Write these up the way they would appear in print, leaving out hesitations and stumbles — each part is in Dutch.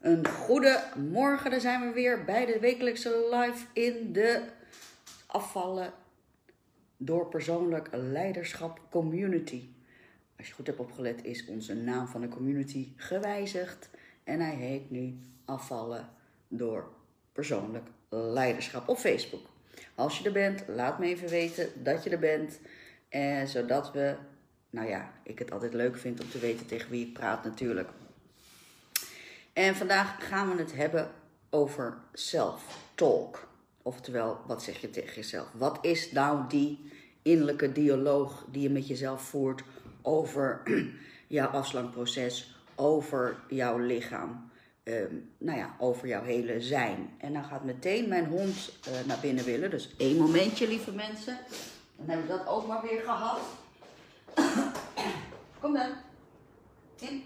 Een goede morgen, daar zijn we weer bij de wekelijkse live in de afvallen door persoonlijk leiderschap community. Als je goed hebt opgelet is onze naam van de community gewijzigd en hij heet nu afvallen door persoonlijk leiderschap op Facebook. Als je er bent, laat me even weten dat je er bent, zodat we, ik het altijd leuk vind om te weten tegen wie ik praat natuurlijk. En vandaag gaan we het hebben over self-talk. Oftewel, wat zeg je tegen jezelf? Wat is nou die innerlijke dialoog die je met jezelf voert over jouw afslankproces, over jouw lichaam, over jouw hele zijn. En dan gaat meteen mijn hond naar binnen willen. Dus 1 momentje, lieve mensen. Dan hebben we dat ook maar weer gehad. Kom dan. In.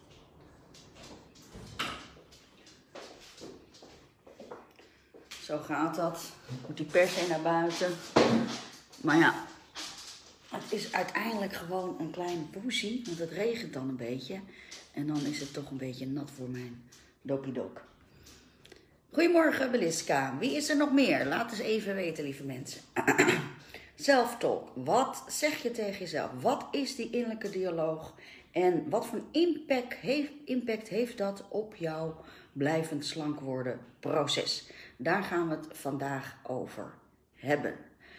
Zo gaat dat. Moet die per se naar buiten. Maar ja, het is uiteindelijk gewoon een kleine poesie. Want het regent dan een beetje. En dan is het toch een beetje nat voor mijn dokkie-dok. Goedemorgen, Beliska. Wie is er nog meer? Laat eens even weten, lieve mensen. Self-talk. Wat zeg je tegen jezelf? Wat is die innerlijke dialoog? En wat voor impact heeft dat op jouw blijvend slank worden proces? Daar gaan we het vandaag over hebben.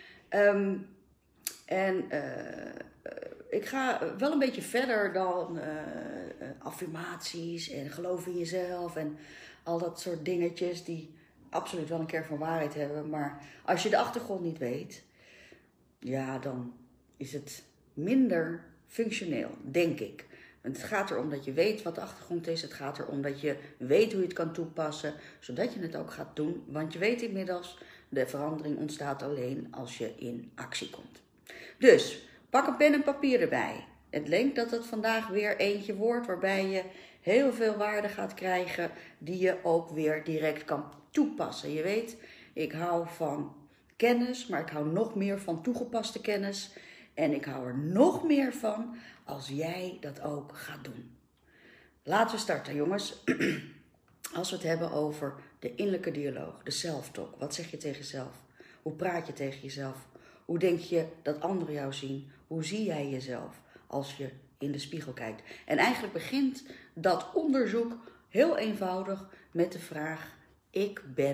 Ik ga wel een beetje verder dan affirmaties en geloof in jezelf en al dat soort dingetjes die absoluut wel een kern van waarheid hebben. Maar als je de achtergrond niet weet, ja, dan is het minder functioneel, denk ik. Want het gaat erom dat je weet wat de achtergrond is. Het gaat erom dat je weet hoe je het kan toepassen, zodat je het ook gaat doen. Want je weet inmiddels, de verandering ontstaat alleen als je in actie komt. Dus, pak een pen en papier erbij. Het denk dat het vandaag weer eentje wordt waarbij je heel veel waarde gaat krijgen die je ook weer direct kan toepassen. Je weet, ik hou van kennis, maar ik hou nog meer van toegepaste kennis. En ik hou er nog meer van als jij dat ook gaat doen. Laten we starten, jongens. Als we het hebben over de innerlijke dialoog, de self-talk. Wat zeg je tegen jezelf? Hoe praat je tegen jezelf? Hoe denk je dat anderen jou zien? Hoe zie jij jezelf als je in de spiegel kijkt? En eigenlijk begint dat onderzoek heel eenvoudig met de vraag: ik ben ...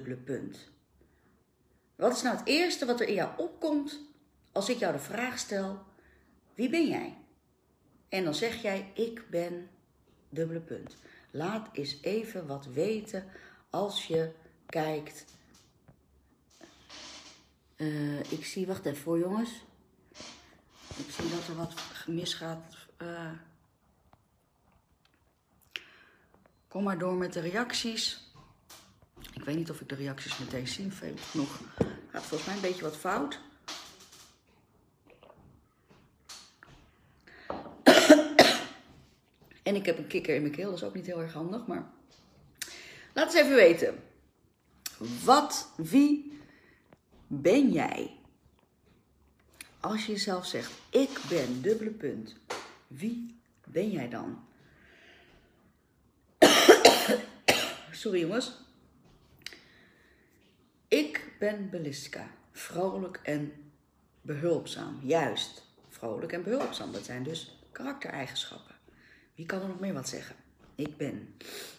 Wat is nou het eerste wat er in jou opkomt als ik jou de vraag stel: wie ben jij? En dan zeg jij: ik ben ... Laat eens even wat weten als je kijkt. Ik zie, wacht even voor jongens. Ik zie dat er wat misgaat. Kom maar door met de reacties. Ik weet niet of ik de reacties meteen zie. Veel genoeg. Gaat volgens mij een beetje wat fout. En ik heb een kikker in mijn keel, dat is ook niet heel erg handig. Maar laat eens even weten. Wie ben jij? Als je jezelf zegt, ik ben ... Wie ben jij dan? Sorry jongens. Ik ben Beliska. Vrolijk en behulpzaam. Juist, vrolijk en behulpzaam. Dat zijn dus karaktereigenschappen. Wie kan er nog meer wat zeggen? Ik ben.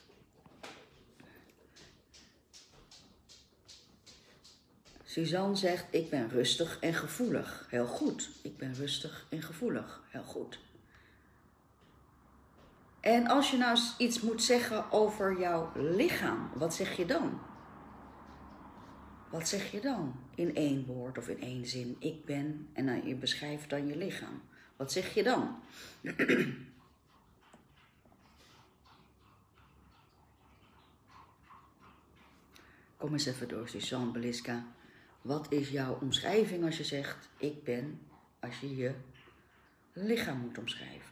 Suzanne zegt, ik ben rustig en gevoelig. Heel goed. Ik ben rustig en gevoelig. Heel goed. En als je nou iets moet zeggen over jouw lichaam, wat zeg je dan? Wat zeg je dan? In 1 woord of in 1 zin. Ik ben. En dan je beschrijft dan je lichaam. Wat zeg je dan? Kom eens even door, Suzanne, Beliska. Wat is jouw omschrijving als je zegt, ik ben, als je je lichaam moet omschrijven?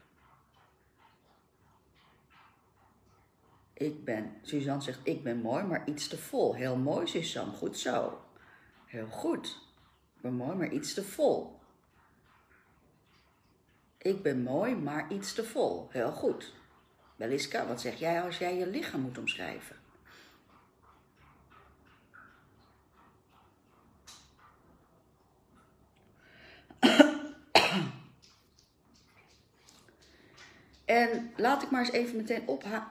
Ik ben, Suzanne zegt, ik ben mooi, maar iets te vol. Heel mooi, Suzanne, goed zo. Heel goed. Ik ben mooi, maar iets te vol. Ik ben mooi, maar iets te vol. Heel goed. Beliska, wat zeg jij als jij je lichaam moet omschrijven? En laat ik maar eens even meteen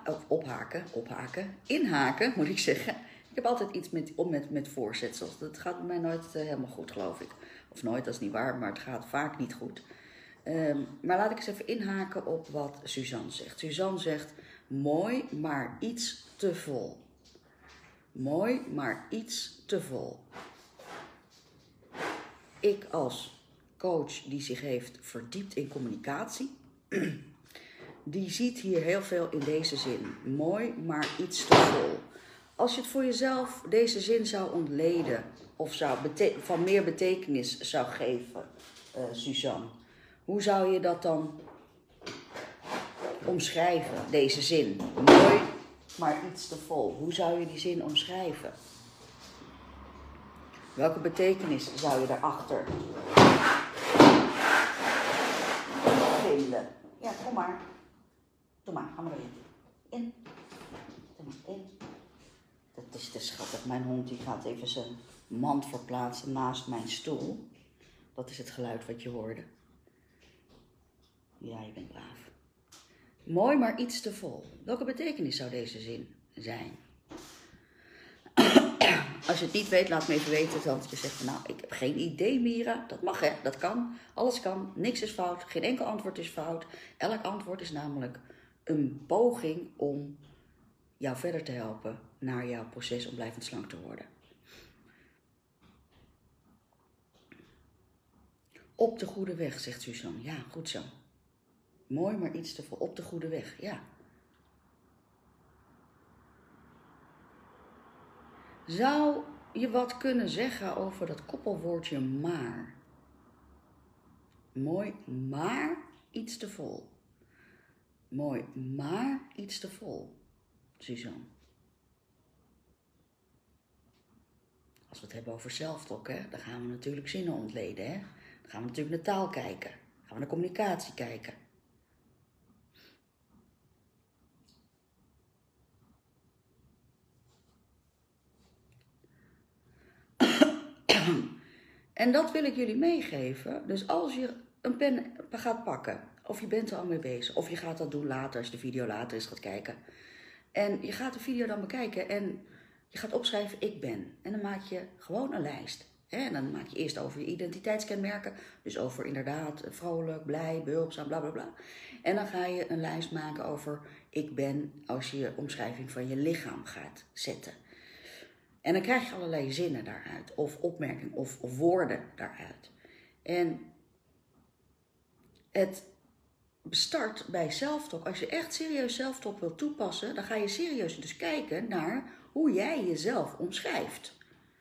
inhaken, moet ik zeggen. Ik heb altijd iets met voorzetsels. Dat gaat bij mij nooit helemaal goed, geloof ik. Of nooit, dat is niet waar, maar het gaat vaak niet goed. Maar laat ik eens even inhaken op wat Suzanne zegt. Suzanne zegt, mooi, maar iets te vol. Mooi, maar iets te vol. Ik als coach die zich heeft verdiept in communicatie, die ziet hier heel veel in deze zin. Mooi, maar iets te vol. Als je het voor jezelf deze zin zou ontleden of van meer betekenis zou geven, Suzanne, hoe zou je dat dan omschrijven, deze zin? Mooi, maar iets te vol. Hoe zou je die zin omschrijven? Welke betekenis zou je daarachter vinden? Ja, kom maar. Doe maar, ga maar erin. In. Doe maar in. Dat is te schattig. Mijn hond die gaat even zijn mand verplaatsen naast mijn stoel. Dat is het geluid wat je hoorde. Ja, je bent braaf. Mooi, maar iets te vol. Welke betekenis zou deze zin zijn? Als je het niet weet, laat me even weten. Want je zegt, nou, ik heb geen idee, Mira. Dat mag, hè? Dat kan. Alles kan. Niks is fout. Geen enkel antwoord is fout. Elk antwoord is namelijk een poging om jou verder te helpen naar jouw proces om blijvend slank te worden. Op de goede weg, zegt Suzanne. Ja, goed zo. Mooi, maar iets te vol. Op de goede weg, ja. Zou je wat kunnen zeggen over dat koppelwoordje maar? Mooi, maar iets te vol. Mooi, maar iets te vol, Suzanne. Als we het hebben over zelftalk, hè, dan gaan we natuurlijk zinnen ontleden. Hè? Dan gaan we natuurlijk naar taal kijken. Dan gaan we naar communicatie kijken. En dat wil ik jullie meegeven. Dus als je een pen gaat pakken, of je bent er al mee bezig, of je gaat dat doen later, als je de video later eens gaat kijken. En je gaat de video dan bekijken en je gaat opschrijven ik ben. En dan maak je gewoon een lijst. En dan maak je eerst over je identiteitskenmerken. Dus over inderdaad vrolijk, blij, behulpzaam, bla bla bla. En dan ga je een lijst maken over ik ben als je je omschrijving van je lichaam gaat zetten. En dan krijg je allerlei zinnen daaruit. Of opmerkingen of woorden daaruit. En het start bij zelftalk. Als je echt serieus zelftalk wilt toepassen, dan ga je serieus dus kijken naar hoe jij jezelf omschrijft.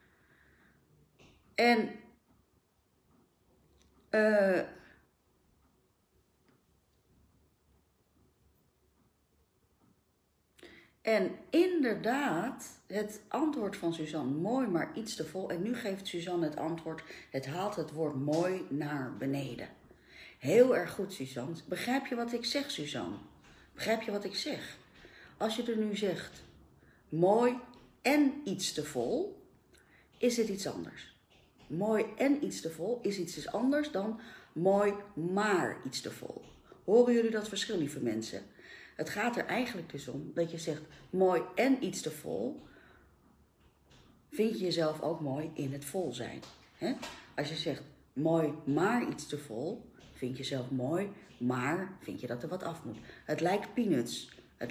En inderdaad, het antwoord van Suzanne, mooi maar iets te vol. En nu geeft Suzanne het antwoord, het haalt het woord mooi naar beneden. Heel erg goed, Suzanne. Begrijp je wat ik zeg, Suzanne? Begrijp je wat ik zeg? Als je er nu zegt, mooi en iets te vol, is het iets anders. Mooi en iets te vol is iets anders dan mooi maar iets te vol. Horen jullie dat verschil, lieve mensen? Het gaat er eigenlijk dus om dat je zegt mooi en iets te vol. Vind je jezelf ook mooi in het vol zijn. Hè? Als je zegt mooi maar iets te vol, vind je jezelf mooi, maar vind je dat er wat af moet. Het lijkt peanuts.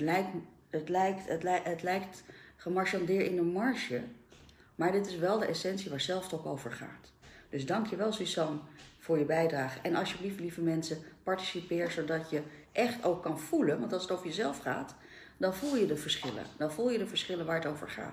Het lijkt gemarchandeerd in een marge. Maar dit is wel de essentie waar zelftalk over gaat. Dus dankjewel Suzanne voor je bijdrage. En alsjeblieft lieve mensen, participeer zodat je echt ook kan voelen. Want als het over jezelf gaat, dan voel je de verschillen. Dan voel je de verschillen waar het over gaat.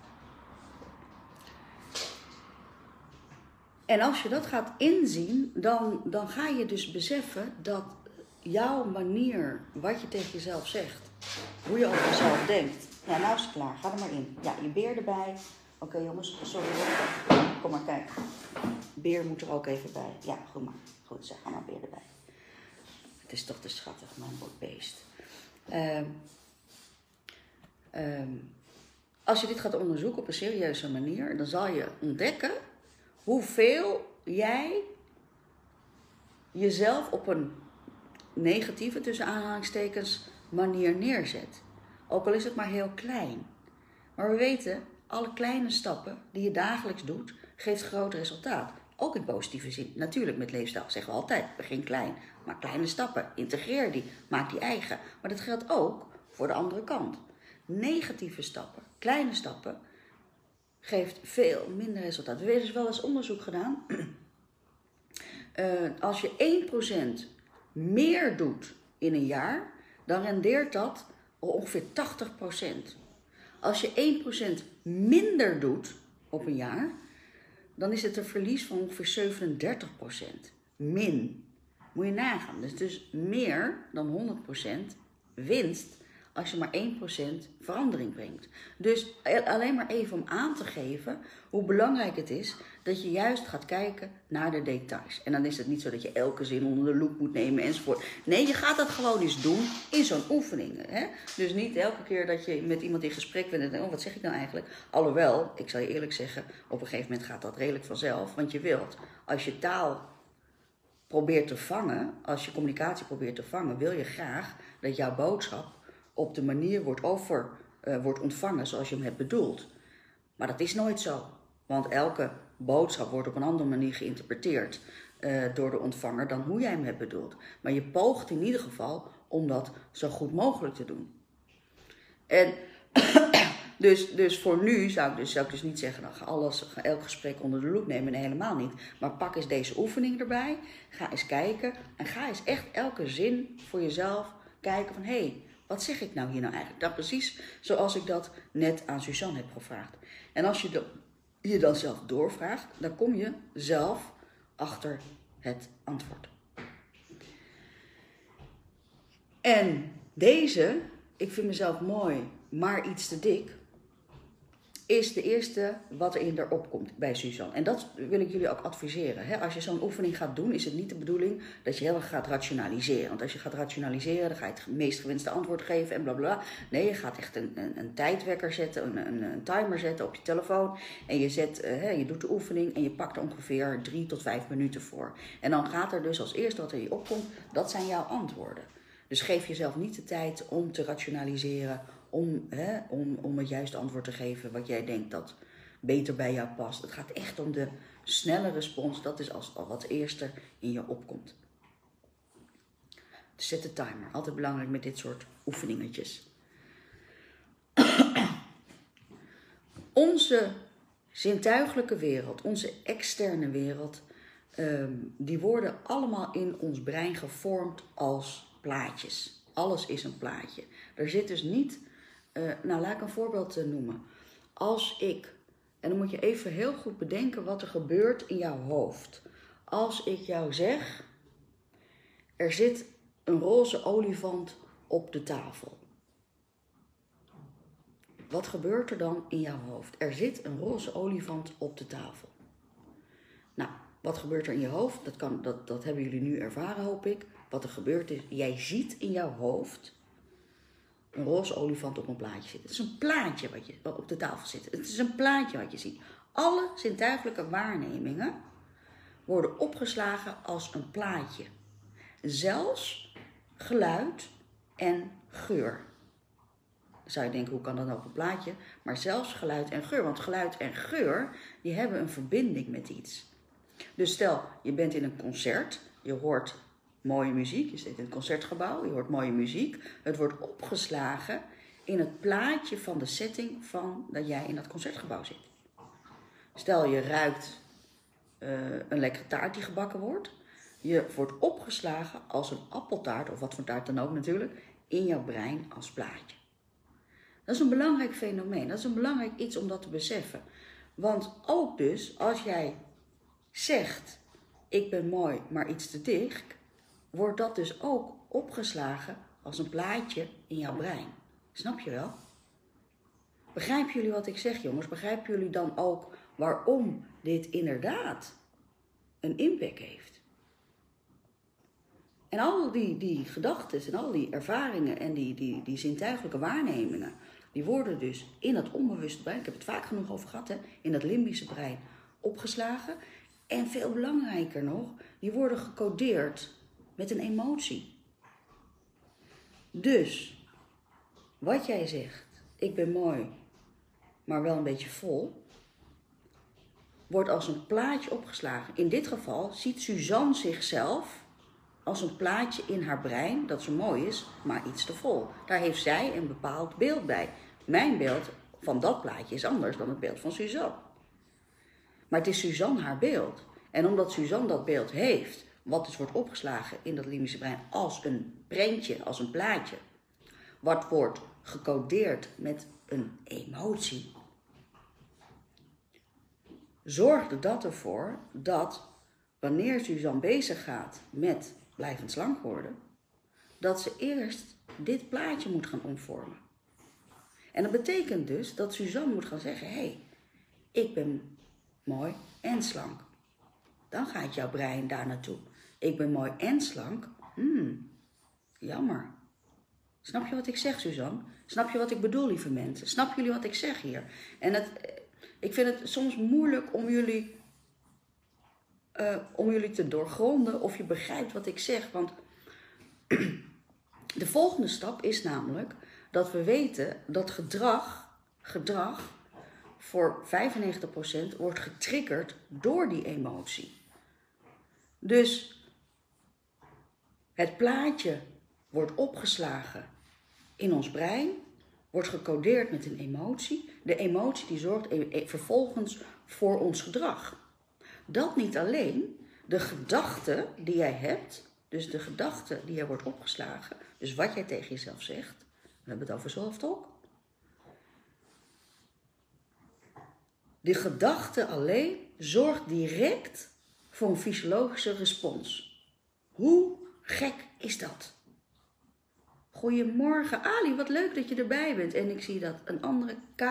En als je dat gaat inzien, dan ga je dus beseffen dat jouw manier, wat je tegen jezelf zegt, hoe je over jezelf denkt. Ja, nou is het klaar. Ga er maar in. Ja, je beer erbij. Oké, jongens, sorry hoor. Kom maar, kijk. Beer moet er ook even bij. Ja, goed maar. Goed, zeg, ga maar beer erbij. Het is toch te schattig, mijn beest. Ehm, als je dit gaat onderzoeken op een serieuze manier, dan zal je ontdekken hoeveel jij jezelf op een negatieve, tussen aanhalingstekens, manier neerzet. Ook al is het maar heel klein. Maar we weten, alle kleine stappen die je dagelijks doet, geeft groot resultaat. Ook in positieve zin. Natuurlijk, met leefstijl zeggen we altijd, begin klein. Maar kleine stappen, integreer die, maak die eigen. Maar dat geldt ook voor de andere kant. Negatieve stappen, kleine stappen, geeft veel minder resultaat. Er is wel eens onderzoek gedaan. Als je 1% meer doet in een jaar, dan rendeert dat ongeveer 80%. Als je 1% minder doet op een jaar, dan is het een verlies van ongeveer 37%. Min. Moet je nagaan. Dus meer dan 100% winst als je maar 1% verandering brengt. Dus alleen maar even om aan te geven hoe belangrijk het is dat je juist gaat kijken naar de details. En dan is het niet zo dat je elke zin onder de loep moet nemen enzovoort. Nee, je gaat dat gewoon eens doen in zo'n oefening. Hè? Dus niet elke keer dat je met iemand in gesprek bent en denkt, oh, wat zeg ik nou eigenlijk? Alhoewel, ik zal je eerlijk zeggen, op een gegeven moment gaat dat redelijk vanzelf. Want je wilt, als je taal probeert te vangen, als je communicatie probeert te vangen, wil je graag dat jouw boodschap op de manier wordt ontvangen zoals je hem hebt bedoeld. Maar dat is nooit zo. Want elke boodschap wordt op een andere manier geïnterpreteerd door de ontvanger dan hoe jij hem hebt bedoeld. Maar je poogt in ieder geval om dat zo goed mogelijk te doen. En dus voor nu zou ik dus niet zeggen, nou, ga elk gesprek onder de loep nemen. Nee, helemaal niet. Maar pak eens deze oefening erbij. Ga eens kijken. En ga eens echt elke zin voor jezelf kijken van, hé, wat zeg ik nou hier nou eigenlijk? Nou, precies zoals ik dat net aan Suzanne heb gevraagd. En als je je dan zelf doorvraagt, dan kom je zelf achter het antwoord. En deze, ik vind mezelf mooi, maar iets te dik, is de eerste wat er in erop komt bij Suzanne. En dat wil ik jullie ook adviseren. Hè? Als je zo'n oefening gaat doen, is het niet de bedoeling dat je heel erg gaat rationaliseren. Want als je gaat rationaliseren, dan ga je het meest gewenste antwoord geven en blablabla. Nee, je gaat echt een tijdwekker zetten, een timer zetten op je telefoon. En je doet de oefening en je pakt er ongeveer 3 tot 5 minuten voor. En dan gaat er dus als eerste wat er in je opkomt, dat zijn jouw antwoorden. Dus geef jezelf niet de tijd om te rationaliseren, om het juiste antwoord te geven wat jij denkt dat beter bij jou past. Het gaat echt om de snelle respons, dat is al wat eerste in je opkomt. Dus zet de timer, altijd belangrijk met dit soort oefeningetjes. Onze zintuigelijke wereld, onze externe wereld, die worden allemaal in ons brein gevormd als plaatjes. Alles is een plaatje. Er zit dus niet, laat ik een voorbeeld noemen. Als ik, en dan moet je even heel goed bedenken wat er gebeurt in jouw hoofd. Als ik jou zeg, er zit een roze olifant op de tafel. Wat gebeurt er dan in jouw hoofd? Er zit een roze olifant op de tafel. Nou, wat gebeurt er in je hoofd? Dat hebben jullie nu ervaren, hoop ik. Wat er gebeurt is, jij ziet in jouw hoofd een roze olifant op een plaatje zitten. Het is een plaatje wat op de tafel zit. Het is een plaatje wat je ziet. Alle zintuigelijke waarnemingen worden opgeslagen als een plaatje. Zelfs geluid en geur. Dan zou je denken, hoe kan dat nou op een plaatje? Maar zelfs geluid en geur. Want geluid en geur, die hebben een verbinding met iets. Dus stel, je bent in een concert, je hoort mooie muziek, je zit in een concertgebouw, je hoort mooie muziek. Het wordt opgeslagen in het plaatje van de setting van dat jij in dat concertgebouw zit. Stel, je ruikt een lekkere taart die gebakken wordt. Je wordt opgeslagen als een appeltaart, of wat voor taart dan ook natuurlijk, in jouw brein als plaatje. Dat is een belangrijk fenomeen, dat is een belangrijk iets om dat te beseffen. Want ook dus, als jij zegt, ik ben mooi, maar iets te dik, wordt dat dus ook opgeslagen als een plaatje in jouw brein. Snap je wel? Begrijpen jullie wat ik zeg, jongens? Begrijpen jullie dan ook waarom dit inderdaad een impact heeft? En al die gedachten en al die ervaringen en die zintuigelijke waarnemingen, die worden dus in dat onbewuste brein, ik heb het vaak genoeg over gehad, hè, in dat limbische brein opgeslagen. En veel belangrijker nog, die worden gecodeerd met een emotie. Dus, wat jij zegt, ik ben mooi, maar wel een beetje vol, wordt als een plaatje opgeslagen. In dit geval ziet Suzanne zichzelf als een plaatje in haar brein dat zo mooi is, maar iets te vol. Daar heeft zij een bepaald beeld bij. Mijn beeld van dat plaatje is anders dan het beeld van Suzanne. Maar het is Suzanne haar beeld. En omdat Suzanne dat beeld heeft, wat dus wordt opgeslagen in dat limbische brein als een prentje, als een plaatje, wat wordt gecodeerd met een emotie, zorgde dat ervoor dat wanneer Suzanne bezig gaat met blijvend slank worden, dat ze eerst dit plaatje moet gaan omvormen. En dat betekent dus dat Suzanne moet gaan zeggen, hé, ik ben mooi en slank. Dan gaat jouw brein daar naartoe. Ik ben mooi en slank. Jammer. Snap je wat ik zeg, Suzanne? Snap je wat ik bedoel, lieve mensen? Snap jullie wat ik zeg hier? En ik vind het soms moeilijk om jullie te doorgronden of je begrijpt wat ik zeg. Want de volgende stap is namelijk dat we weten dat gedrag voor 95% wordt getriggerd door die emotie. Dus het plaatje wordt opgeslagen in ons brein, wordt gecodeerd met een emotie. De emotie die zorgt vervolgens voor ons gedrag. Dat niet alleen, de gedachte die jij hebt, dus de gedachte die er wordt opgeslagen, dus wat jij tegen jezelf zegt, we hebben het over zelftalk. Die gedachte alleen zorgt direct voor een fysiologische respons. Hoe gek is dat? Goedemorgen Ali, wat leuk dat je erbij bent. En ik zie dat een andere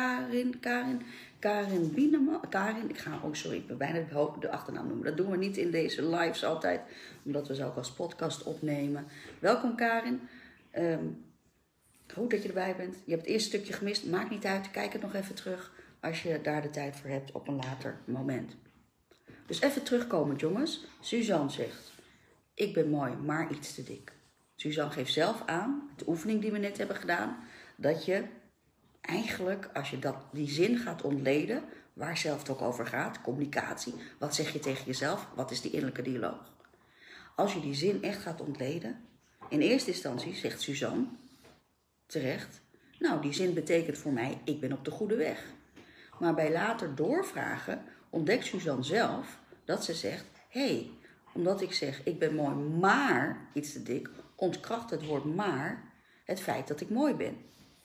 Karin Bieneman. Ik ben bijna de achternaam noemen. Dat doen we niet in deze lives altijd, omdat we ze ook als podcast opnemen. Welkom Karin. Goed dat je erbij bent. Je hebt het eerste stukje gemist, maakt niet uit. Kijk het nog even terug als je daar de tijd voor hebt op een later moment. Dus even terugkomen jongens. Suzanne zegt, ik ben mooi, maar iets te dik. Suzanne geeft zelf aan, de oefening die we net hebben gedaan, dat je eigenlijk, als je die zin gaat ontleden, waar zelf ook over gaat, communicatie, wat zeg je tegen jezelf, wat is die innerlijke dialoog? Als je die zin echt gaat ontleden, in eerste instantie zegt Suzanne, terecht, nou die zin betekent voor mij, ik ben op de goede weg. Maar bij later doorvragen ontdekt Suzanne zelf dat ze zegt, hé, omdat ik zeg, ik ben mooi, maar iets te dik, ontkracht het woord maar het feit dat ik mooi ben.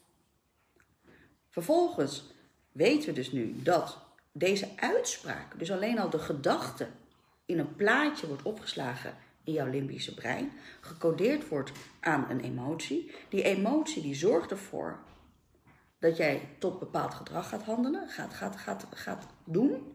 Vervolgens weten we dus nu dat deze uitspraak, dus alleen al de gedachte, in een plaatje wordt opgeslagen in jouw limbische brein, gecodeerd wordt aan een emotie. Die emotie die zorgt ervoor dat jij tot bepaald gedrag gaat handelen, gaat doen.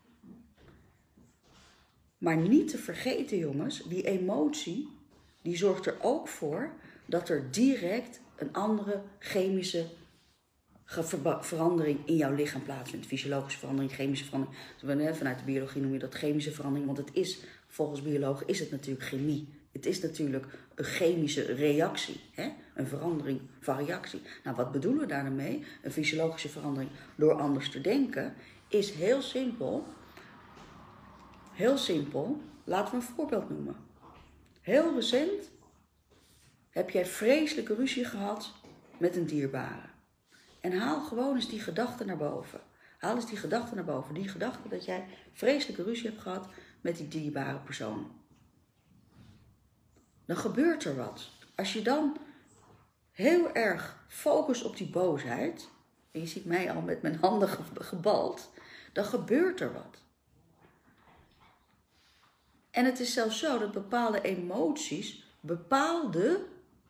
Maar niet te vergeten jongens, die emotie die zorgt er ook voor dat er direct een andere chemische verandering in jouw lichaam plaatsvindt. Fysiologische verandering, chemische verandering. Vanuit de biologie noem je dat chemische verandering, want het is, volgens biologen is het natuurlijk chemie. Het is natuurlijk een chemische reactie, hè? Een verandering van reactie. Nou, wat bedoelen we daarmee? Een fysiologische verandering door anders te denken is heel simpel. Heel simpel, laten we een voorbeeld noemen. Heel recent heb jij vreselijke ruzie gehad met een dierbare. En haal gewoon eens die gedachte naar boven. Haal eens die gedachte naar boven. Die gedachte dat jij vreselijke ruzie hebt gehad met die dierbare persoon. Dan gebeurt er wat. Als je dan heel erg focust op die boosheid, en je ziet mij al met mijn handen gebald, dan gebeurt er wat. En het is zelfs zo dat bepaalde emoties, bepaalde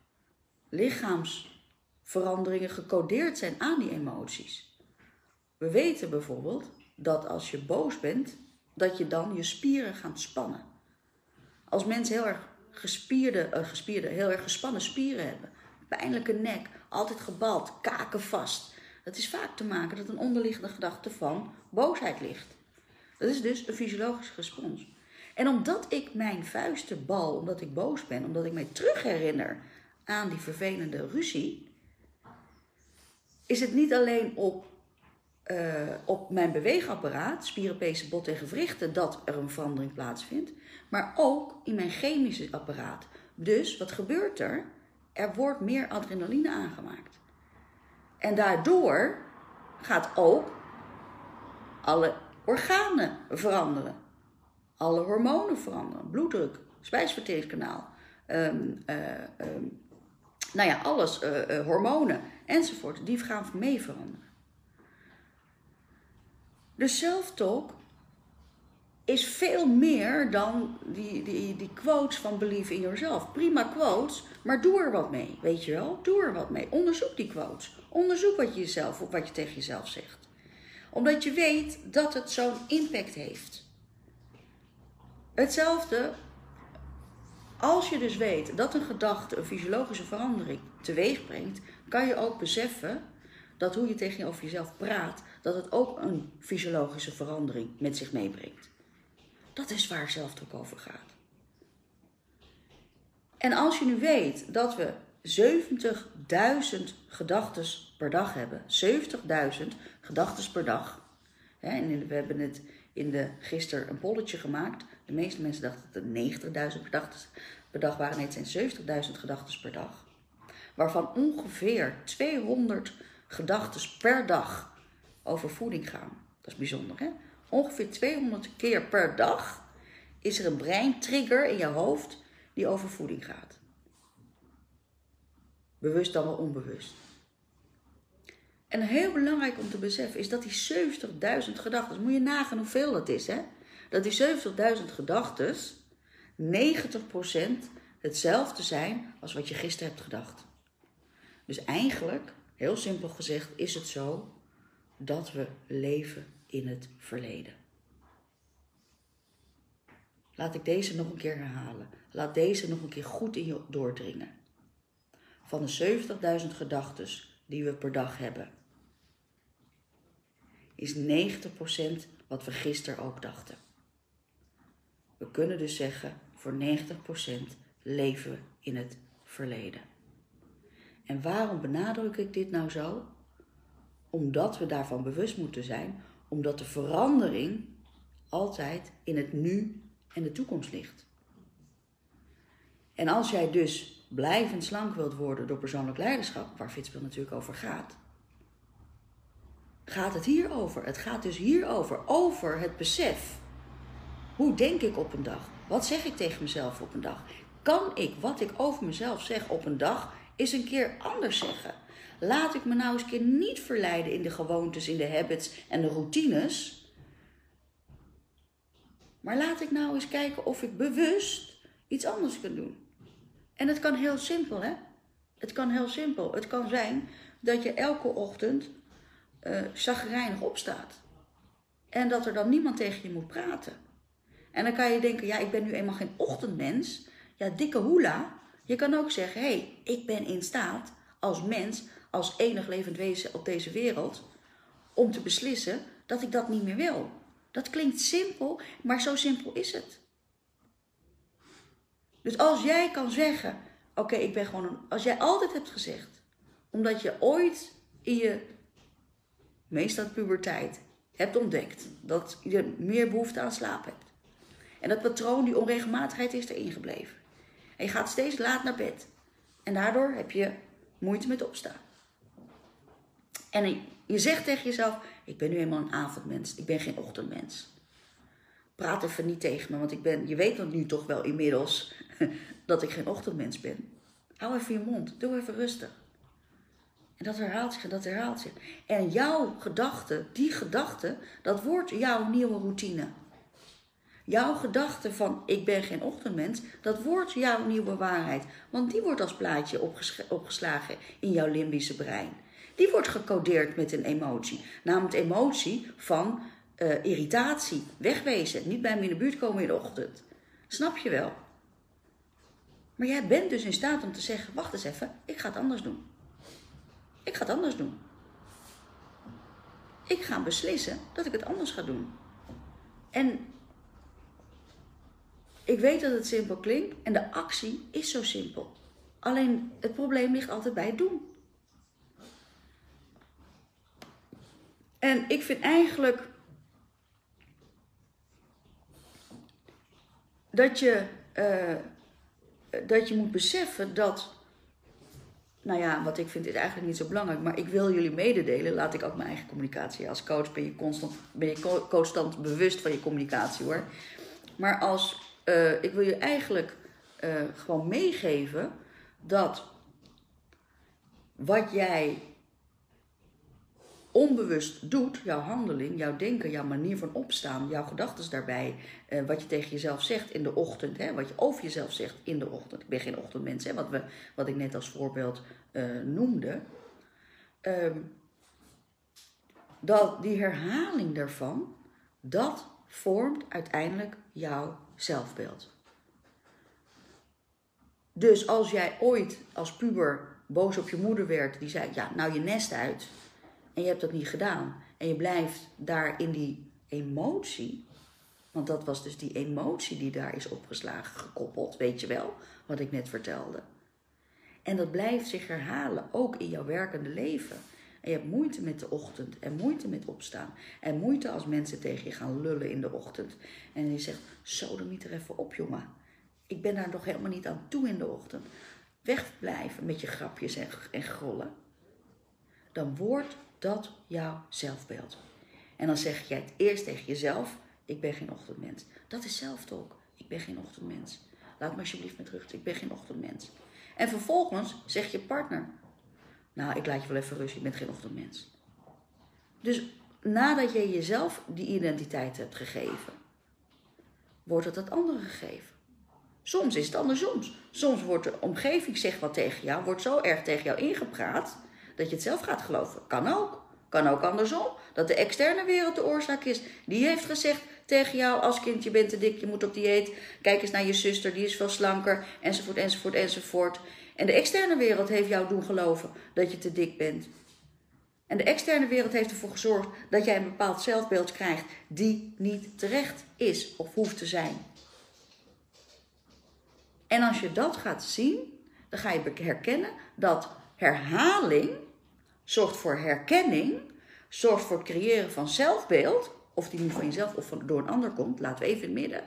lichaamsveranderingen gecodeerd zijn aan die emoties. We weten bijvoorbeeld dat als je boos bent, dat je dan je spieren gaat spannen. Als mensen heel erg heel erg gespannen spieren hebben. Pijnlijke nek, altijd gebald, kaken vast. Dat is vaak te maken dat een onderliggende gedachte van boosheid ligt. Dat is dus een fysiologische respons. En omdat ik mijn vuisten bal, omdat ik boos ben, omdat ik mij terug herinner aan die vervelende ruzie, is het niet alleen op mijn beweegapparaat, spieren, pezen, bot en gewrichten, dat er een verandering plaatsvindt, maar ook in mijn chemische apparaat. Dus wat gebeurt er? Er wordt meer adrenaline aangemaakt. En daardoor gaat ook alle organen veranderen. Alle hormonen veranderen. Bloeddruk, spijsverteringskanaal, alles, hormonen enzovoort, die gaan mee veranderen. Dus self-talk is veel meer dan die quotes van Believe in Yourself. Prima quotes, maar doe er wat mee, weet je wel? Doe er wat mee. Onderzoek die quotes. Onderzoek wat je tegen jezelf zegt. Omdat je weet dat het zo'n impact heeft. Hetzelfde, als je dus weet dat een gedachte een fysiologische verandering teweeg brengt, kan je ook beseffen dat hoe je tegenover jezelf praat, dat het ook een fysiologische verandering met zich meebrengt. Dat is waar self-talk over gaat. En als je nu weet dat we 70.000 gedachten per dag hebben, 70.000 gedachten per dag. En we hebben het gisteren een polletje gemaakt. De meeste mensen dachten dat het 90.000 gedachten per dag waren. Nee, het zijn 70.000 gedachten per dag. Waarvan ongeveer 200 gedachten per dag over voeding gaan. Dat is bijzonder, hè? Ongeveer 200 keer per dag is er een breintrigger in je hoofd die over voeding gaat. Bewust dan wel onbewust. En heel belangrijk om te beseffen is dat die 70.000 gedachten, moet je nagaan hoeveel dat is, hè? Dat die 70.000 gedachten 90% hetzelfde zijn als wat je gisteren hebt gedacht. Dus eigenlijk, heel simpel gezegd, is het zo dat we leven in het verleden. Laat ik deze nog een keer herhalen. Laat deze nog een keer goed in je doordringen. Van de 70.000 gedachten die we per dag hebben, is 90% wat we gisteren ook dachten. We kunnen dus zeggen, voor 90% leven we in het verleden. En waarom benadruk ik dit nou zo? Omdat we daarvan bewust moeten zijn, omdat de verandering altijd in het nu en de toekomst ligt. En als jij dus blijvend slank wilt worden door persoonlijk leiderschap, waar Fitspel natuurlijk over gaat, gaat het hierover. Het gaat dus hierover, over het besef. Hoe denk ik op een dag? Wat zeg ik tegen mezelf op een dag? Kan ik wat ik over mezelf zeg op een dag eens een keer anders zeggen? Laat ik me nou eens een keer niet verleiden in de gewoontes, in de habits en de routines. Maar laat ik nou eens kijken of ik bewust iets anders kan doen. En het kan heel simpel, hè? Het kan heel simpel. Het kan zijn dat je elke ochtend chagrijnig opstaat. En dat er dan niemand tegen je moet praten. En dan kan je denken, ja, ik ben nu eenmaal geen ochtendmens. Ja, dikke hoela. Je kan ook zeggen, hé, ik ben in staat als mens, als enig levend wezen op deze wereld, om te beslissen dat ik dat niet meer wil. Dat klinkt simpel, maar zo simpel is het. Dus als jij kan zeggen, oké, ik ben gewoon als jij altijd hebt gezegd, omdat je ooit in je, meestal puberteit, hebt ontdekt dat je meer behoefte aan slaap hebt. En dat patroon, die onregelmatigheid is erin gebleven. En je gaat steeds laat naar bed. En daardoor heb je moeite met opstaan. En je zegt tegen jezelf, ik ben nu eenmaal een avondmens, ik ben geen ochtendmens. Praat even niet tegen me, want je weet dan nu toch wel inmiddels dat ik geen ochtendmens ben. Hou even je mond, doe even rustig. En dat herhaalt zich en dat herhaalt zich. En jouw gedachte, die gedachte, dat wordt jouw nieuwe routine. Jouw gedachte van ik ben geen ochtendmens, dat wordt jouw nieuwe waarheid. Want die wordt als plaatje opgeslagen in jouw limbische brein. Die wordt gecodeerd met een emotie. Namelijk de emotie van irritatie, wegwezen, niet bij me in de buurt komen in de ochtend. Snap je wel? Maar jij bent dus in staat om te zeggen, wacht eens even, ik ga het anders doen. Ik ga het anders doen. Ik ga beslissen dat ik het anders ga doen. En ik weet dat het simpel klinkt en de actie is zo simpel. Alleen het probleem ligt altijd bij het doen. En ik vind eigenlijk dat je moet beseffen dat, nou ja, wat ik vind is eigenlijk niet zo belangrijk, maar ik wil jullie mededelen, laat ik ook mijn eigen communicatie. Als coach ben je constant bewust van je communicatie hoor. Maar ik wil je eigenlijk gewoon meegeven dat wat jij onbewust doet, jouw handeling, jouw denken, jouw manier van opstaan, jouw gedachten daarbij, wat je tegen jezelf zegt in de ochtend, hè, wat je over jezelf zegt in de ochtend. Ik ben geen ochtendmens, hè, wat ik net als voorbeeld noemde. Dat die herhaling daarvan, dat vormt uiteindelijk jouw zelfbeeld. Dus als jij ooit als puber boos op je moeder werd, die zei, ja, nou je nest uit. En je hebt dat niet gedaan. En je blijft daar in die emotie. Want dat was dus die emotie die daar is opgeslagen, gekoppeld. Weet je wel, wat ik net vertelde. En dat blijft zich herhalen, ook in jouw werkende leven. En je hebt moeite met de ochtend en moeite met opstaan. En moeite als mensen tegen je gaan lullen in de ochtend. En je zegt, sodemiet er even op jongen. Ik ben daar nog helemaal niet aan toe in de ochtend. Wegblijven met je grapjes en grollen. Dan wordt dat jouw zelfbeeld. En dan zeg jij het eerst tegen jezelf, ik ben geen ochtendmens. Dat is zelftalk. Ik ben geen ochtendmens. Laat me alsjeblieft met rust, ik ben geen ochtendmens. En vervolgens zegt je partner, nou ik laat je wel even rust, je bent geen ochtendmens. Dus nadat je jezelf die identiteit hebt gegeven, wordt het dat andere gegeven. Soms is het andersom. Soms wordt de omgeving zegt wat tegen jou, wordt zo erg tegen jou ingepraat, dat je het zelf gaat geloven. Kan ook. Kan ook andersom. Dat de externe wereld de oorzaak is. Die heeft gezegd tegen jou als kind, je bent te dik, je moet op dieet. Kijk eens naar je zuster, die is veel slanker. Enzovoort, enzovoort, enzovoort. En de externe wereld heeft jou doen geloven dat je te dik bent. En de externe wereld heeft ervoor gezorgd dat jij een bepaald zelfbeeld krijgt die niet terecht is of hoeft te zijn. En als je dat gaat zien, dan ga je herkennen dat herhaling zorgt voor herkenning, zorgt voor het creëren van zelfbeeld, of die nu van jezelf of door een ander komt, laten we even in het midden.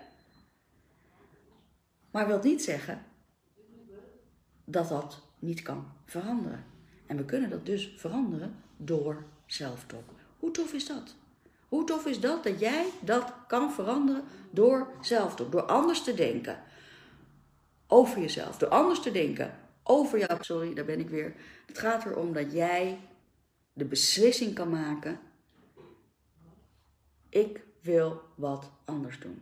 Maar wil niet zeggen dat dat niet kan veranderen. En we kunnen dat dus veranderen door zelftalk. Hoe tof is dat? Hoe tof is dat jij dat kan veranderen door zelftalk, door anders te denken over jezelf, door anders te denken over jou. Sorry, daar ben ik weer. Het gaat erom dat jij de beslissing kan maken. Ik wil wat anders doen.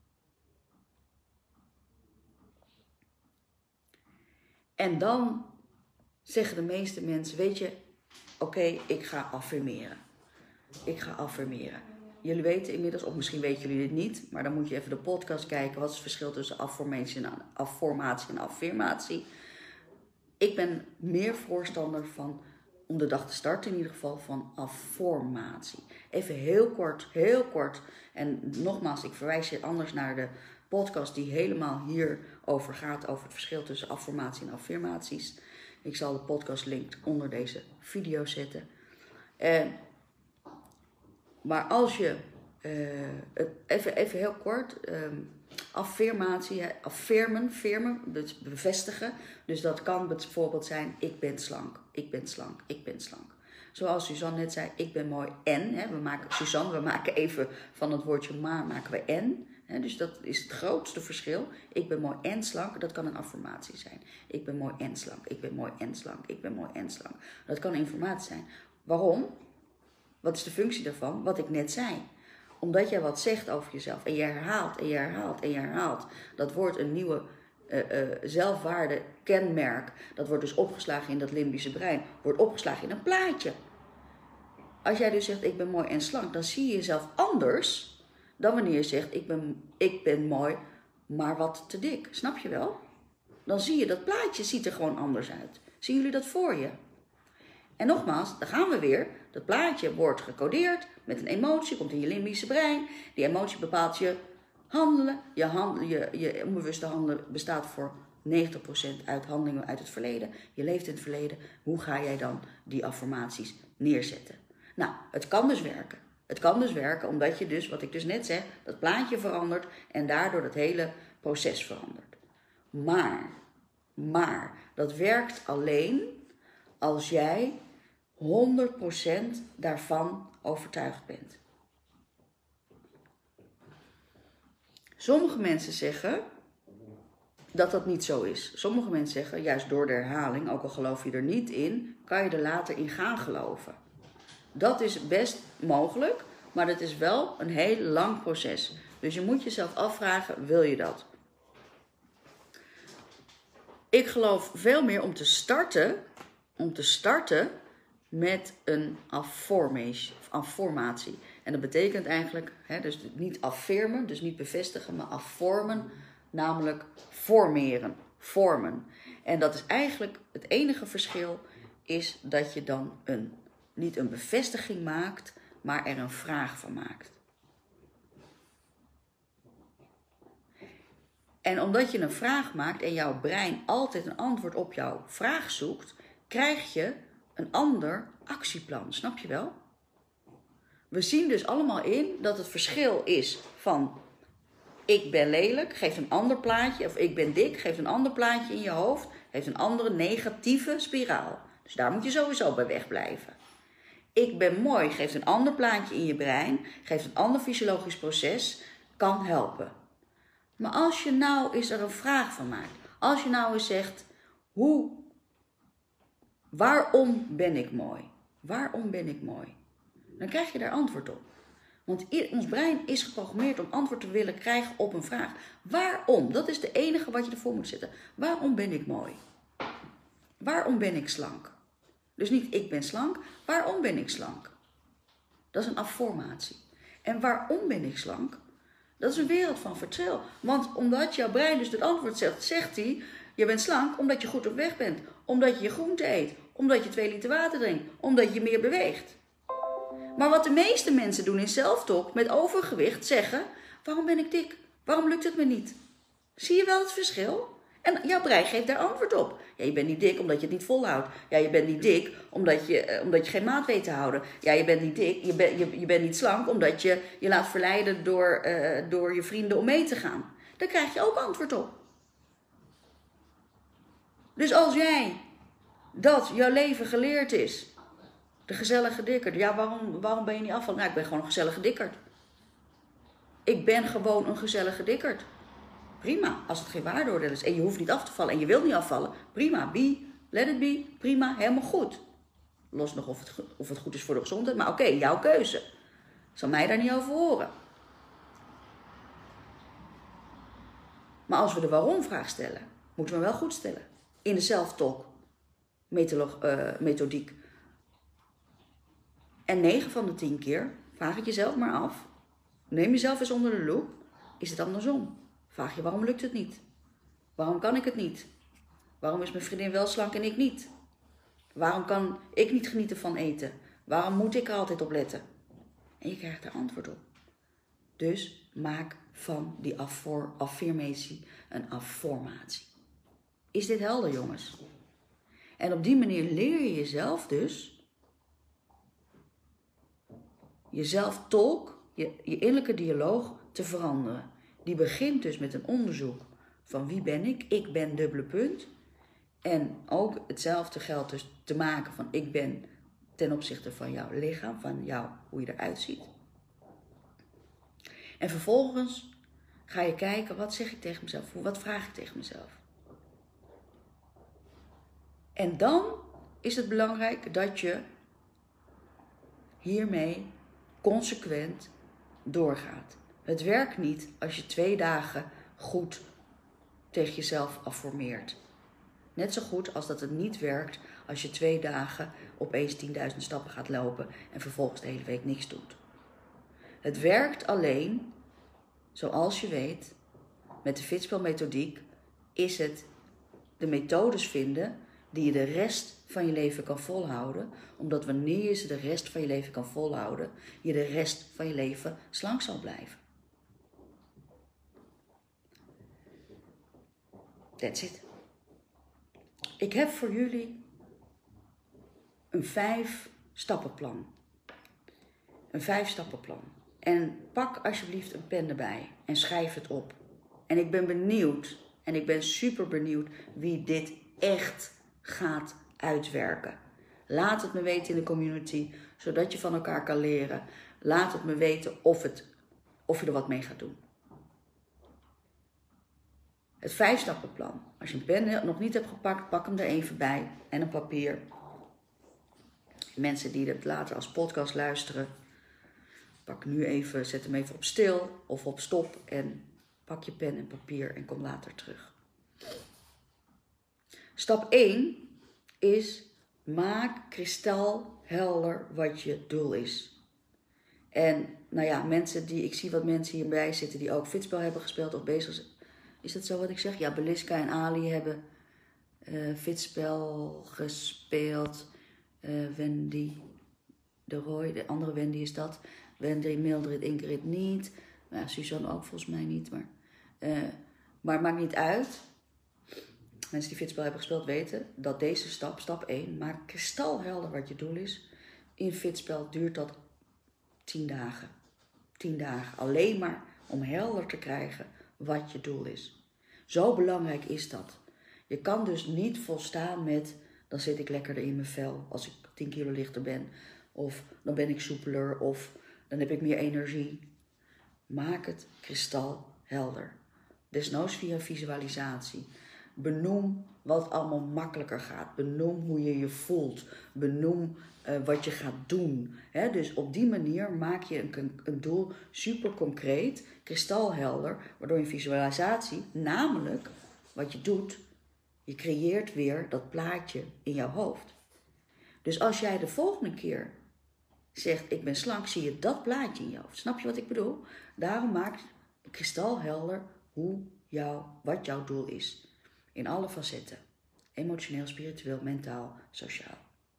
En dan zeggen de meeste mensen, weet je, oké, ik ga affirmeren. Ik ga affirmeren. Jullie weten inmiddels, of misschien weten jullie dit niet, maar dan moet je even de podcast kijken. Wat is het verschil tussen affirmatie en affirmatie? Ik ben meer voorstander van, om de dag te starten in ieder geval, van affirmatie. Even heel kort. En nogmaals, ik verwijs je anders naar de podcast die helemaal hierover gaat, over het verschil tussen affirmatie en affirmaties. Ik zal de podcastlink onder deze video zetten. Maar als je, even heel kort, affirmatie, affirmen, dus bevestigen. Dus dat kan bijvoorbeeld zijn, ik ben slank, ik ben slank, ik ben slank. Zoals Suzanne net zei, ik ben mooi en, hè, we maken even van het woordje maar, maken we en. Hè, dus dat is het grootste verschil. Ik ben mooi en slank, dat kan een affirmatie zijn. Ik ben mooi en slank, ik ben mooi en slank, ik ben mooi en slank. Dat kan informatie zijn. Waarom? Wat is de functie daarvan? Wat ik net zei. Omdat jij wat zegt over jezelf en je herhaalt en je herhaalt en je herhaalt. Dat wordt een nieuwe zelfwaarde kenmerk. Dat wordt dus opgeslagen in dat limbische brein. Wordt opgeslagen in een plaatje. Als jij dus zegt ik ben mooi en slank, dan zie je jezelf anders dan wanneer je zegt ik ben mooi, maar wat te dik. Snap je wel? dan zie je dat plaatje ziet er gewoon anders uit. Zien jullie dat voor je? En nogmaals, daar gaan we weer. Dat plaatje wordt gecodeerd met een emotie, komt in je limbische brein. Die emotie bepaalt je handelen. Je onbewuste handelen bestaat voor 90% uit handelingen uit het verleden. Je leeft in het verleden. Hoe ga jij dan die affirmaties neerzetten? Nou, het kan dus werken. Het kan dus werken omdat je dus, wat ik dus net zeg, dat plaatje verandert en daardoor dat hele proces verandert. Maar, dat werkt alleen als jij 100% daarvan overtuigd bent. Sommige mensen zeggen dat dat niet zo is. Sommige mensen zeggen, juist door de herhaling, ook al geloof je er niet in, kan je er later in gaan geloven. Dat is best mogelijk, maar dat is wel een heel lang proces. Dus je moet jezelf afvragen, wil je dat? Ik geloof veel meer om te starten met een affirmatie. En dat betekent eigenlijk, dus niet affirmen, dus niet bevestigen, maar afvormen, namelijk formeren, vormen. En dat is eigenlijk het enige verschil, is dat je dan niet een bevestiging maakt, maar er een vraag van maakt. En omdat je een vraag maakt en jouw brein altijd een antwoord op jouw vraag zoekt, krijg je een ander actieplan, snap je wel? We zien dus allemaal in dat het verschil is van ik ben lelijk, geeft een ander plaatje, of ik ben dik, geeft een ander plaatje in je hoofd, heeft een andere negatieve spiraal. Dus daar moet je sowieso bij wegblijven. Ik ben mooi, geeft een ander plaatje in je brein, geeft een ander fysiologisch proces, kan helpen. Maar als je nou eens er een vraag van maakt, als je nou eens zegt, waarom ben ik mooi? Waarom ben ik mooi? Dan krijg je daar antwoord op. Want ons brein is geprogrammeerd om antwoord te willen krijgen op een vraag. Waarom? Dat is de enige wat je ervoor moet zetten. Waarom ben ik mooi? Waarom ben ik slank? Dus niet ik ben slank, waarom ben ik slank? Dat is een affirmatie. En waarom ben ik slank? Dat is een wereld van verschil. Want omdat jouw brein dus het antwoord zegt hij, je bent slank omdat je goed op weg bent. Omdat je je groente eet. Omdat je 2 liter water drinkt. Omdat je meer beweegt. Maar wat de meeste mensen doen in zelftalk met overgewicht zeggen, waarom ben ik dik? Waarom lukt het me niet? Zie je wel het verschil? En jouw brein geeft daar antwoord op. Ja, je bent niet dik omdat je het niet volhoudt. Ja, je bent niet dik omdat je geen maat weet te houden. Ja, je bent niet dik, je bent niet slank omdat je je laat verleiden door je vrienden om mee te gaan. Daar krijg je ook antwoord op. Dus als jij dat jouw leven geleerd is, de gezellige dikkerd. Ja, waarom ben je niet afvallen? Nou, ik ben gewoon een gezellige dikkerd. Ik ben gewoon een gezellige dikkerd. Prima, als het geen waardeoordeel is en je hoeft niet af te vallen en je wilt niet afvallen, prima, let it be, prima, helemaal goed. Los nog of het goed is voor de gezondheid, maar oké, jouw keuze. Zal mij daar niet over horen. Maar als we de waarom-vraag stellen, moeten we hem wel goed stellen. In de self-talk methodiek. En 9 van de 10 keer, vraag het jezelf maar af, neem jezelf eens onder de loep, is het andersom. Vraag je, waarom lukt het niet? Waarom kan ik het niet? Waarom is mijn vriendin wel slank en ik niet? Waarom kan ik niet genieten van eten? Waarom moet ik er altijd op letten? En je krijgt daar antwoord op. Dus maak van die affirmatie een affirmatie. Is dit helder, jongens? En op die manier leer je jezelf dus, jezelf je innerlijke dialoog te veranderen. Die begint dus met een onderzoek van wie ben ik? Ik ben dubbele punt. En ook hetzelfde geldt dus te maken van ik ben ten opzichte van jouw lichaam, van jou, hoe je eruit ziet. En vervolgens ga je kijken, wat zeg ik tegen mezelf? Wat vraag ik tegen mezelf? En dan is het belangrijk dat je hiermee consequent doorgaat. Het werkt niet als je 2 dagen goed tegen jezelf affirmeert. Net zo goed als dat het niet werkt als je 2 dagen opeens 10.000 stappen gaat lopen en vervolgens de hele week niks doet. Het werkt alleen, zoals je weet, met de Fitspel-methodiek is het de methodes vinden die je de rest van je leven kan volhouden. Omdat wanneer je ze de rest van je leven kan volhouden, je de rest van je leven slank zal blijven. That's it. Ik heb voor jullie een 5-stappenplan. Een 5-stappenplan. En pak alsjeblieft een pen erbij en schrijf het op. En ik ben benieuwd, en ik ben super benieuwd wie dit echt gaat uitwerken. Laat het me weten in de community, zodat je van elkaar kan leren. Laat het me weten of je er wat mee gaat doen. Het 5-stappenplan. Als je een pen nog niet hebt gepakt, pak hem er even bij en een papier. Mensen die het later als podcast luisteren, pak nu even, zet hem even op stil of op stop en pak je pen en papier en kom later terug. Stap 1 is: maak kristalhelder wat je doel is. En nou ja, ik zie wat mensen hierbij zitten die ook fitspel hebben gespeeld of bezig zijn. Is dat zo wat ik zeg? Ja, Beliska en Ali hebben fitspel gespeeld. Wendy de Roy, de andere Wendy is dat. Wendy, Mildred, Ingrid niet. Nou, Suzanne ook volgens mij niet. Maar het maakt niet uit. Mensen die fitspel hebben gespeeld weten dat deze stap 1, maak kristalhelder wat je doel is. In fitspel duurt dat 10 dagen. 10 dagen. Alleen maar om helder te krijgen wat je doel is. Zo belangrijk is dat. Je kan dus niet volstaan met: dan zit ik lekkerder in mijn vel als ik 10 kilo lichter ben. Of dan ben ik soepeler. Of dan heb ik meer energie. Maak het kristalhelder. Desnoods via visualisatie. Benoem wat allemaal makkelijker gaat. Benoem hoe je je voelt. Benoem wat je gaat doen. Dus op die manier maak je een doel super concreet, kristalhelder, waardoor je visualisatie, namelijk wat je doet, je creëert weer dat plaatje in jouw hoofd. Dus als jij de volgende keer zegt: ik ben slank, zie je dat plaatje in je hoofd. Snap je wat ik bedoel? Daarom maak kristalhelder wat jouw doel is. In alle facetten. Emotioneel, spiritueel, mentaal, sociaal.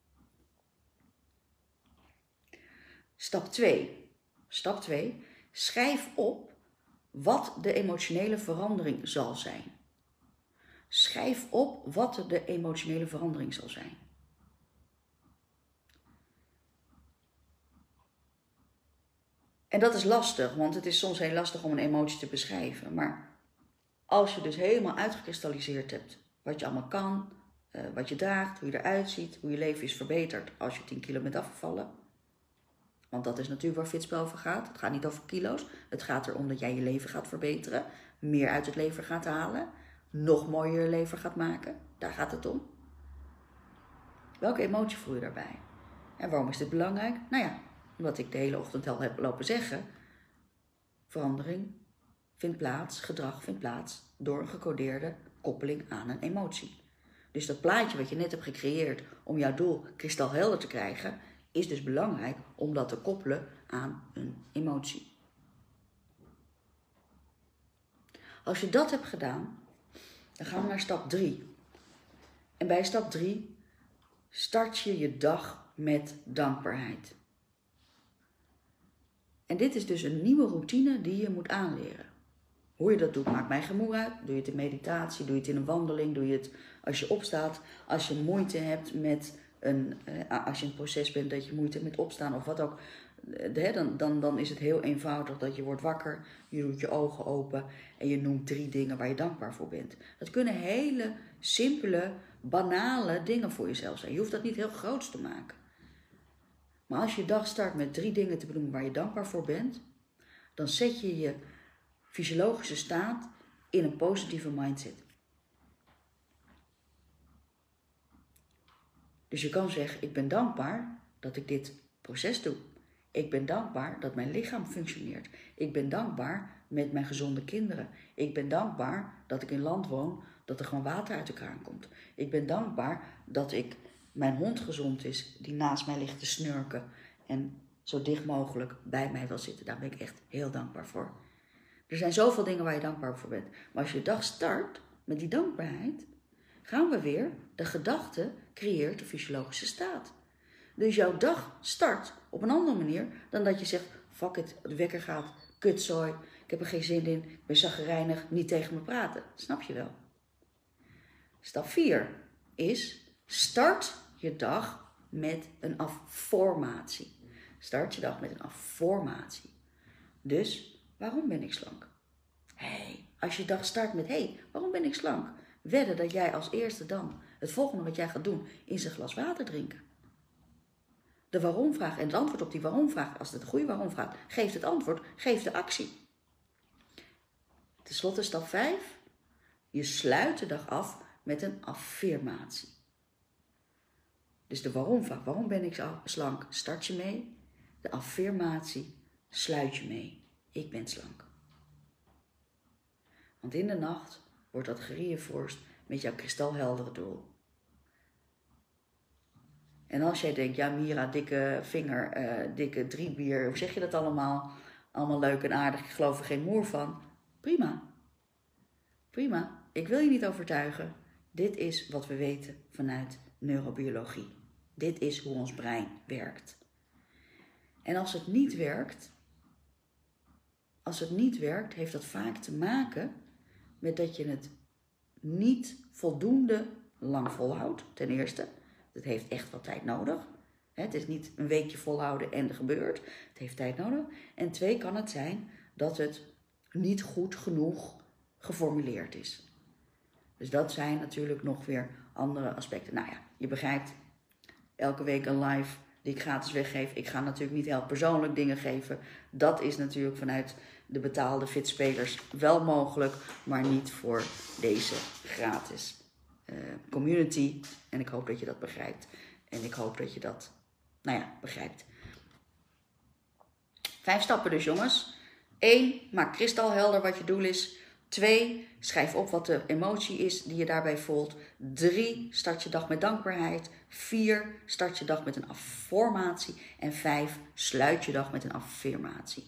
Stap 2. Stap 2. Schrijf op wat de emotionele verandering zal zijn. Schrijf op wat de emotionele verandering zal zijn. En dat is lastig, want het is soms heel lastig om een emotie te beschrijven. Maar als je dus helemaal uitgekristalliseerd hebt wat je allemaal kan, wat je draagt, hoe je eruit ziet, hoe je leven is verbeterd als je 10 kilo bent afgevallen. Want dat is natuurlijk waar fitspel over gaat. Het gaat niet over kilo's. Het gaat erom dat jij je leven gaat verbeteren. Meer uit het leven gaat halen. Nog mooier leven gaat maken. Daar gaat het om. Welke emotie voel je daarbij? En waarom is dit belangrijk? Nou ja, omdat ik de hele ochtend al heb lopen zeggen: verandering vindt plaats, gedrag vindt plaats door een gecodeerde koppeling aan een emotie. Dus dat plaatje wat je net hebt gecreëerd om jouw doel kristalhelder te krijgen, is dus belangrijk om dat te koppelen aan een emotie. Als je dat hebt gedaan, dan gaan we naar stap 3. En bij stap 3 start je je dag met dankbaarheid. En dit is dus een nieuwe routine die je moet aanleren. Hoe je dat doet, maakt mij geen moe uit. Doe je het in meditatie, doe je het in een wandeling, doe je het als je opstaat. Als je moeite hebt met als je in het proces bent dat je moeite hebt met opstaan of wat ook. Dan is het heel eenvoudig dat je wordt wakker, je doet je ogen open en je noemt 3 dingen waar je dankbaar voor bent. Dat kunnen hele simpele, banale dingen voor jezelf zijn. Je hoeft dat niet heel groots te maken. Maar als je dag start met 3 dingen te benoemen waar je dankbaar voor bent, dan zet je je fysiologische staat in een positieve mindset. Dus je kan zeggen: ik ben dankbaar dat ik dit proces doe. Ik ben dankbaar dat mijn lichaam functioneert. Ik ben dankbaar met mijn gezonde kinderen. Ik ben dankbaar dat ik in een land woon dat er gewoon water uit de kraan komt. Ik ben dankbaar dat mijn hond gezond is die naast mij ligt te snurken en zo dicht mogelijk bij mij wil zitten. Daar ben ik echt heel dankbaar voor. Er zijn zoveel dingen waar je dankbaar voor bent. Maar als je dag start met die dankbaarheid, gaan we weer. De gedachte creëert de fysiologische staat. Dus jouw dag start op een andere manier dan dat je zegt, fuck it, de wekker gaat, kutzooi, ik heb er geen zin in, ik ben chagrijnig, niet tegen me praten. Snap je wel? Stap 4 is, start je dag met een affirmatie. Start je dag met een affirmatie. Dus, waarom ben ik slank? Als je dag start met, waarom ben ik slank? Wedden dat jij als eerste dan, het volgende wat jij gaat doen, is een glas water drinken. De waarom-vraag en het antwoord op die waarom-vraag, als het een goede waarom-vraag, geeft het antwoord, geeft de actie. Ten slotte stap 5, je sluit de dag af met een affirmatie. Dus de waarom-vraag, waarom ben ik slank, start je mee. De affirmatie sluit je mee, ik ben slank. Want in de nacht wordt dat gereinforced met jouw kristalheldere doel. En als jij denkt, ja Mira, dikke vinger, dikke 3 bier, hoe zeg je dat allemaal? Allemaal leuk en aardig, ik geloof er geen moer van. Prima. Prima, ik wil je niet overtuigen. Dit is wat we weten vanuit neurobiologie. Dit is hoe ons brein werkt. En als het niet werkt, heeft dat vaak te maken met dat je het niet voldoende lang volhoudt, ten eerste. Het heeft echt wat tijd nodig. Het is niet een weekje volhouden en er gebeurt. Het heeft tijd nodig. En 2 kan het zijn dat het niet goed genoeg geformuleerd is. Dus dat zijn natuurlijk nog weer andere aspecten. Nou ja, je begrijpt, elke week een live die ik gratis weggeef. Ik ga natuurlijk niet heel persoonlijk dingen geven. Dat is natuurlijk vanuit de betaalde fitspelers wel mogelijk, maar niet voor deze gratis community. En ik hoop dat je dat begrijpt. En ik hoop dat je dat, begrijpt. 5 stappen dus, jongens. 1, maak kristalhelder wat je doel is. 2, schrijf op wat de emotie is die je daarbij voelt. 3, start je dag met dankbaarheid. 4, start je dag met een affirmatie. En 5, sluit je dag met een affirmatie.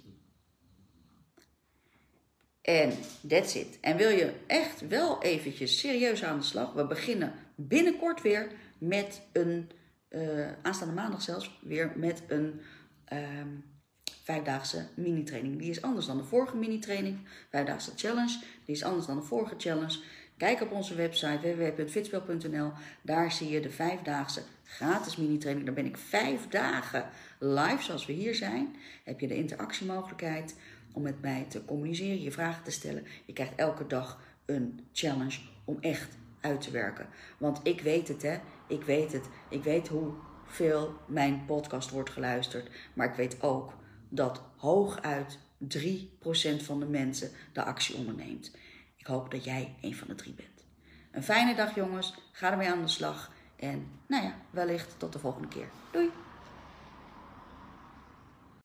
En that's it. En wil je echt wel eventjes serieus aan de slag? We beginnen binnenkort weer met een, aanstaande maandag zelfs, weer met een 5-daagse mini-training. Die is anders dan de vorige mini-training, 5-daagse challenge. Die is anders dan de vorige challenge. Kijk op onze website www.fitspel.nl. Daar zie je de 5-daagse gratis mini-training. Daar ben ik 5 dagen live, zoals we hier zijn. Heb je de interactiemogelijkheid om met mij te communiceren, je vragen te stellen. Je krijgt elke dag een challenge om echt uit te werken. Want ik weet het, hè. Ik weet het. Ik weet hoeveel mijn podcast wordt geluisterd. Maar ik weet ook dat hooguit 3% van de mensen de actie onderneemt. Ik hoop dat jij een van de 3 bent. Een fijne dag, jongens. Ga ermee aan de slag. En wellicht tot de volgende keer. Doei!